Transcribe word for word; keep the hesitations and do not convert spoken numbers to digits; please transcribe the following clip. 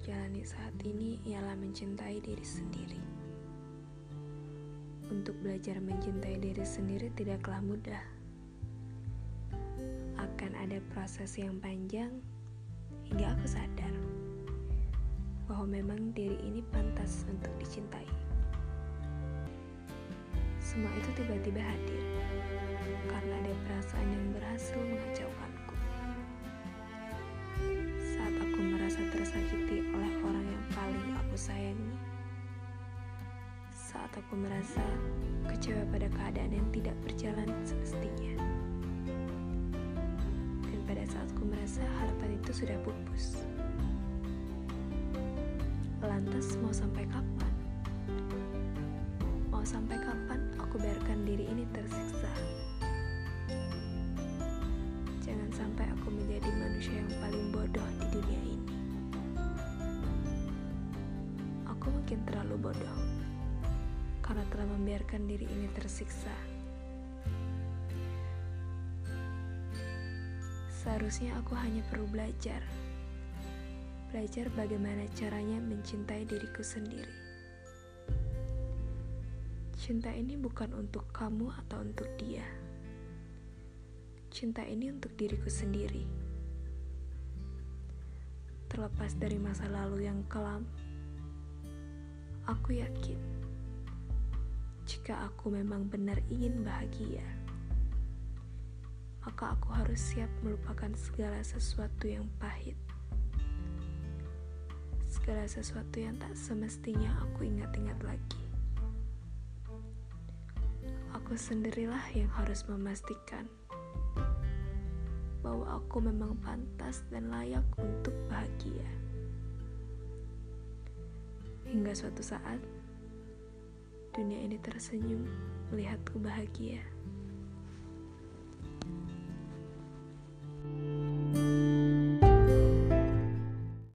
jalani saat ini ialah mencintai diri sendiri. Untuk belajar mencintai diri sendiri tidaklah mudah. Akan ada proses yang panjang hingga aku sadar bahwa memang diri ini pantas untuk dicintai. Semua itu tiba-tiba hadir karena ada perasaan yang berhasil mengacaukanku. Saat aku merasa tersakiti oleh orang yang paling aku sayangi, saat aku merasa kecewa pada keadaan yang tidak berjalan semestinya, dan pada saat aku merasa harapan itu sudah pupus. Lantas mau sampai kapan? Mau sampai kapan aku biarkan diri ini tersiksa? Jangan sampai aku menjadi manusia yang paling bodoh di dunia ini. Aku mungkin terlalu bodoh karena telah membiarkan diri ini tersiksa. Seharusnya aku hanya perlu belajar. Belajar bagaimana caranya mencintai diriku sendiri. Cinta ini bukan untuk kamu atau untuk dia. Cinta ini untuk diriku sendiri. Terlepas dari masa lalu yang kelam, aku yakin jika aku memang benar ingin bahagia, maka aku harus siap melupakan segala sesuatu yang pahit, segala sesuatu yang tak semestinya aku ingat-ingat lagi. Aku sendirilah yang harus memastikan bahwa aku memang pantas dan layak untuk bahagia. Hingga suatu saat, dunia ini tersenyum melihatku bahagia.